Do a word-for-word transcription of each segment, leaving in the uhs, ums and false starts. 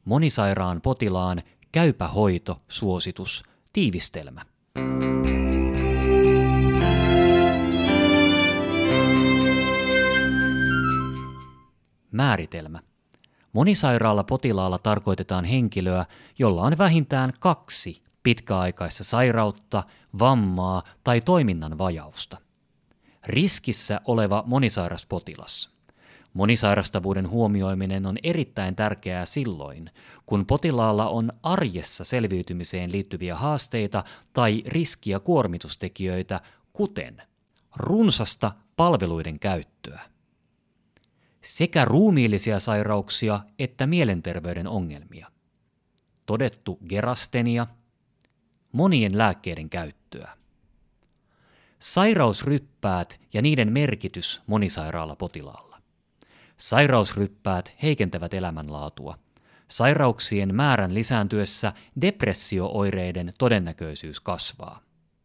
Monisairaan potilaan käypä hoito suositus tiivistelmä. Määritelmä. Monisairaalla potilaalla tarkoitetaan henkilöä, jolla on vähintään kaksi pitkäaikaista sairautta, vammaa tai toiminnan vajausta. Riskissä oleva monisairas potilas. Monisairastavuuden huomioiminen on erittäin tärkeää silloin, kun potilaalla on arjessa selviytymiseen liittyviä haasteita tai riski- ja kuormitustekijöitä, kuten runsasta palveluiden käyttöä, sekä ruumiillisia sairauksia että mielenterveyden ongelmia, todettu gerastenia, monien lääkkeiden käyttöä. Sairausryppäät ja niiden merkitys monisairaalla potilaalla. Sairausryppäät heikentävät elämänlaatua. Sairauksien määrän lisääntyessä depressio-oireiden todennäköisyys kasvaa.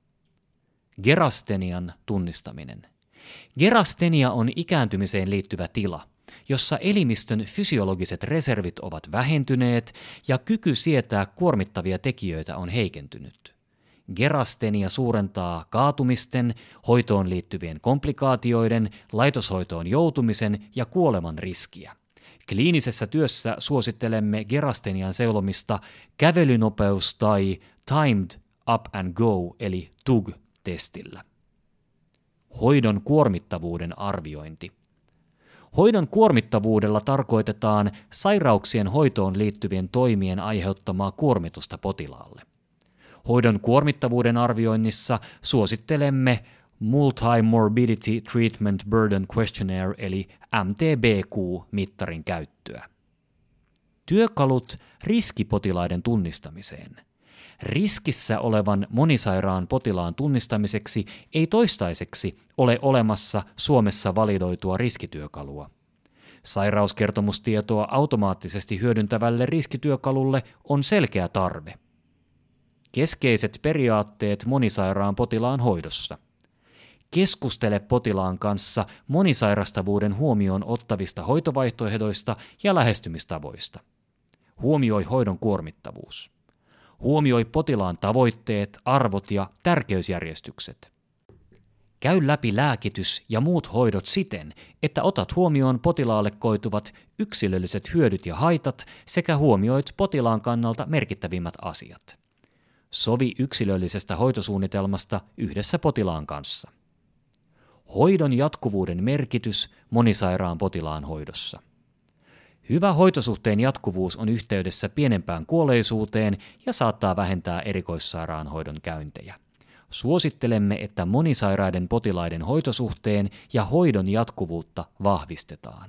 Gerastenian tunnistaminen. Gerastenia on ikääntymiseen liittyvä tila, jossa elimistön fysiologiset reservit ovat vähentyneet ja kyky sietää kuormittavia tekijöitä on heikentynyt. Gerastenia suurentaa kaatumisten, hoitoon liittyvien komplikaatioiden, laitoshoitoon joutumisen ja kuoleman riskiä. Kliinisessä työssä suosittelemme gerastenian seulomista kävelynopeus- tai timed up and go eli T U G-testillä. Hoidon kuormittavuuden arviointi. Hoidon kuormittavuudella tarkoitetaan sairauksien hoitoon liittyvien toimien aiheuttamaa kuormitusta potilaalle. Hoidon kuormittavuuden arvioinnissa suosittelemme Multi-Morbidity Treatment Burden Questionnaire eli M T B Q-mittarin käyttöä. Työkalut riskipotilaiden tunnistamiseen. Riskissä olevan monisairaan potilaan tunnistamiseksi ei toistaiseksi ole olemassa Suomessa validoitua riskityökalua. Sairauskertomustietoa automaattisesti hyödyntävälle riskityökalulle on selkeä tarve. Keskeiset periaatteet monisairaan potilaan hoidossa. Keskustele potilaan kanssa monisairastavuuden huomioon ottavista hoitovaihtoehdoista ja lähestymistavoista. Huomioi hoidon kuormittavuus. Huomioi potilaan tavoitteet, arvot ja tärkeysjärjestykset. Käy läpi lääkitys ja muut hoidot siten, että otat huomioon potilaalle koituvat yksilölliset hyödyt ja haitat sekä huomioit potilaan kannalta merkittävimmät asiat. Sovi yksilöllisestä hoitosuunnitelmasta yhdessä potilaan kanssa. Hoidon jatkuvuuden merkitys monisairaan potilaan hoidossa. Hyvä hoitosuhteen jatkuvuus on yhteydessä pienempään kuolleisuuteen ja saattaa vähentää erikoissairaanhoidon käyntejä. Suosittelemme, että monisairaiden potilaiden hoitosuhteen ja hoidon jatkuvuutta vahvistetaan.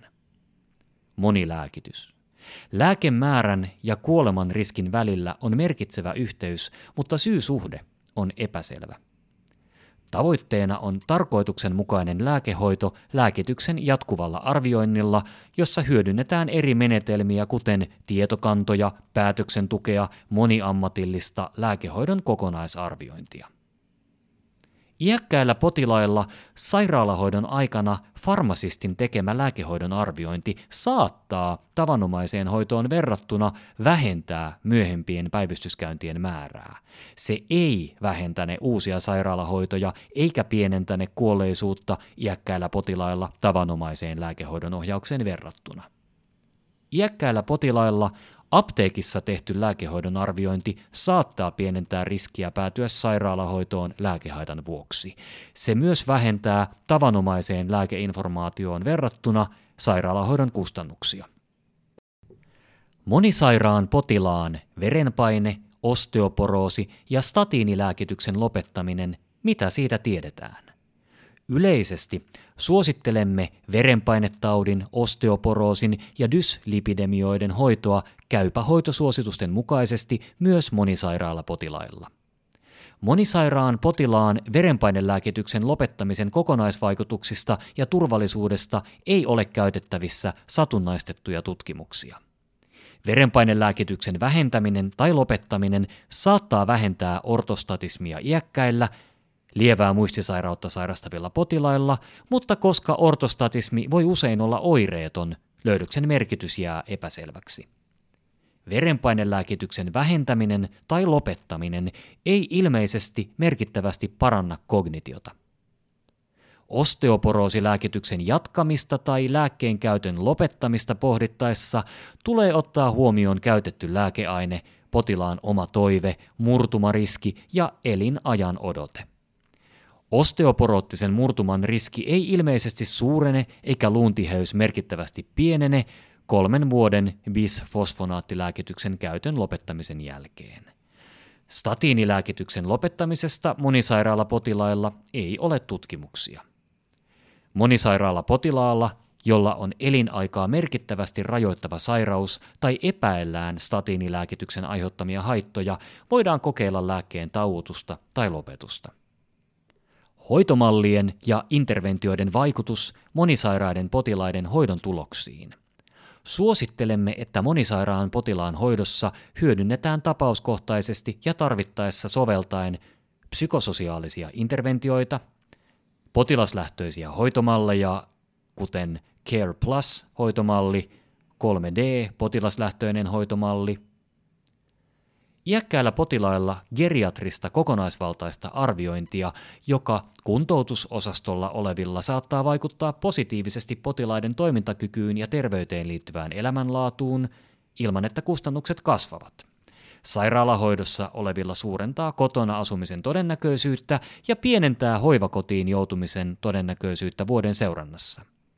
Monilääkitys. Lääkemäärän ja kuoleman riskin välillä on merkitsevä yhteys, mutta syysuhde on epäselvä. Tavoitteena on tarkoituksenmukainen lääkehoito lääkityksen jatkuvalla arvioinnilla, jossa hyödynnetään eri menetelmiä kuten tietokantoja, päätöksentukea, moniammatillista lääkehoidon kokonaisarviointia. Iäkkäillä potilailla sairaalahoidon aikana farmasistin tekemä lääkehoidon arviointi saattaa tavanomaiseen hoitoon verrattuna vähentää myöhempien päivystyskäyntien määrää. Se ei vähentäne uusia sairaalahoitoja eikä pienentäne kuolleisuutta iäkkäillä potilailla tavanomaiseen lääkehoidon ohjaukseen verrattuna. Iäkkäillä potilailla apteekissa tehty lääkehoidon arviointi saattaa pienentää riskiä päätyä sairaalahoitoon lääkehaitan vuoksi. Se myös vähentää tavanomaiseen lääkeinformaatioon verrattuna sairaalahoidon kustannuksia. Monisairaan potilaan verenpaine, osteoporoosi ja statiinilääkityksen lopettaminen, mitä siitä tiedetään? Yleisesti suosittelemme verenpainetaudin, osteoporoosin ja dyslipidemioiden hoitoa käypä hoitosuositusten mukaisesti myös monisairailla potilailla. Monisairaan potilaan verenpainelääkityksen lopettamisen kokonaisvaikutuksista ja turvallisuudesta ei ole käytettävissä satunnaistettuja tutkimuksia. Verenpainelääkityksen vähentäminen tai lopettaminen saattaa vähentää ortostatismia iäkkäillä, lievää muistisairautta sairastavilla potilailla, mutta koska ortostatismi voi usein olla oireeton, löydöksen merkitys jää epäselväksi. verenpainelääkityksen vähentäminen tai lopettaminen ei ilmeisesti merkittävästi paranna kognitiota. Osteoporoosilääkityksen jatkamista tai lääkkeen käytön lopettamista pohdittaessa tulee ottaa huomioon käytetty lääkeaine, potilaan oma toive, murtumariski ja elinajan odote. Osteoporoottisen murtuman riski ei ilmeisesti suurene eikä luuntiheys merkittävästi pienene kolmen vuoden bisfosfonaattilääkityksen käytön lopettamisen jälkeen. Statiinilääkityksen lopettamisesta monisairaalapotilailla ei ole tutkimuksia. Monisairaalapotilaalla, jolla on elinaikaa merkittävästi rajoittava sairaus tai epäillään statiinilääkityksen aiheuttamia haittoja, voidaan kokeilla lääkkeen tauotusta tai lopetusta. Hoitomallien ja interventioiden vaikutus monisairaiden potilaiden hoidon tuloksiin. Suosittelemme, että monisairaan potilaan hoidossa hyödynnetään tapauskohtaisesti ja tarvittaessa soveltaen psykososiaalisia interventioita, potilaslähtöisiä hoitomalleja, kuten Care Plus-hoitomalli, kolme D-potilaslähtöinen hoitomalli, iäkkäillä potilailla geriatrista kokonaisvaltaista arviointia, joka kuntoutusosastolla olevilla saattaa vaikuttaa positiivisesti potilaiden toimintakykyyn ja terveyteen liittyvään elämänlaatuun ilman, että kustannukset kasvavat. Sairaalahoidossa olevilla suurentaa kotona asumisen todennäköisyyttä ja pienentää hoivakotiin joutumisen todennäköisyyttä vuoden seurannassa.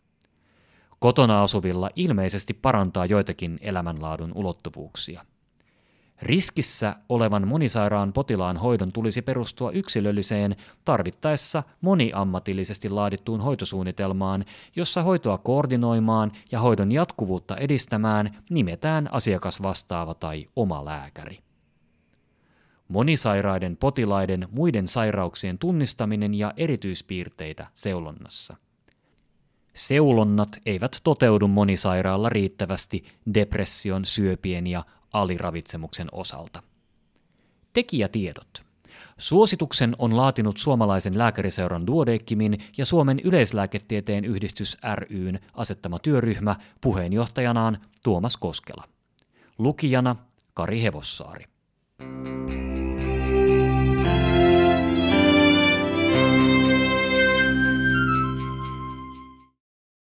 Kotona asuvilla ilmeisesti parantaa joitakin elämänlaadun ulottuvuuksia. Riskissä olevan monisairaan potilaan hoidon tulisi perustua yksilölliseen, tarvittaessa moniammatillisesti laadittuun hoitosuunnitelmaan, jossa hoitoa koordinoimaan ja hoidon jatkuvuutta edistämään nimetään asiakasvastaava tai oma lääkäri. Monisairaiden potilaiden muiden sairauksien tunnistaminen ja erityispiirteitä seulonnassa. Seulonnat eivät toteudu monisairaalla riittävästi depression, syöpien ja aliravitsemuksen osalta. Tekijätiedot. Suosituksen on laatinut Suomalaisen lääkäriseuran Duodecimin ja Suomen yleislääketieteen yhdistys ry:n asettama työryhmä puheenjohtajanaan Tuomas Koskela. Lukijana Kari Hevossaari.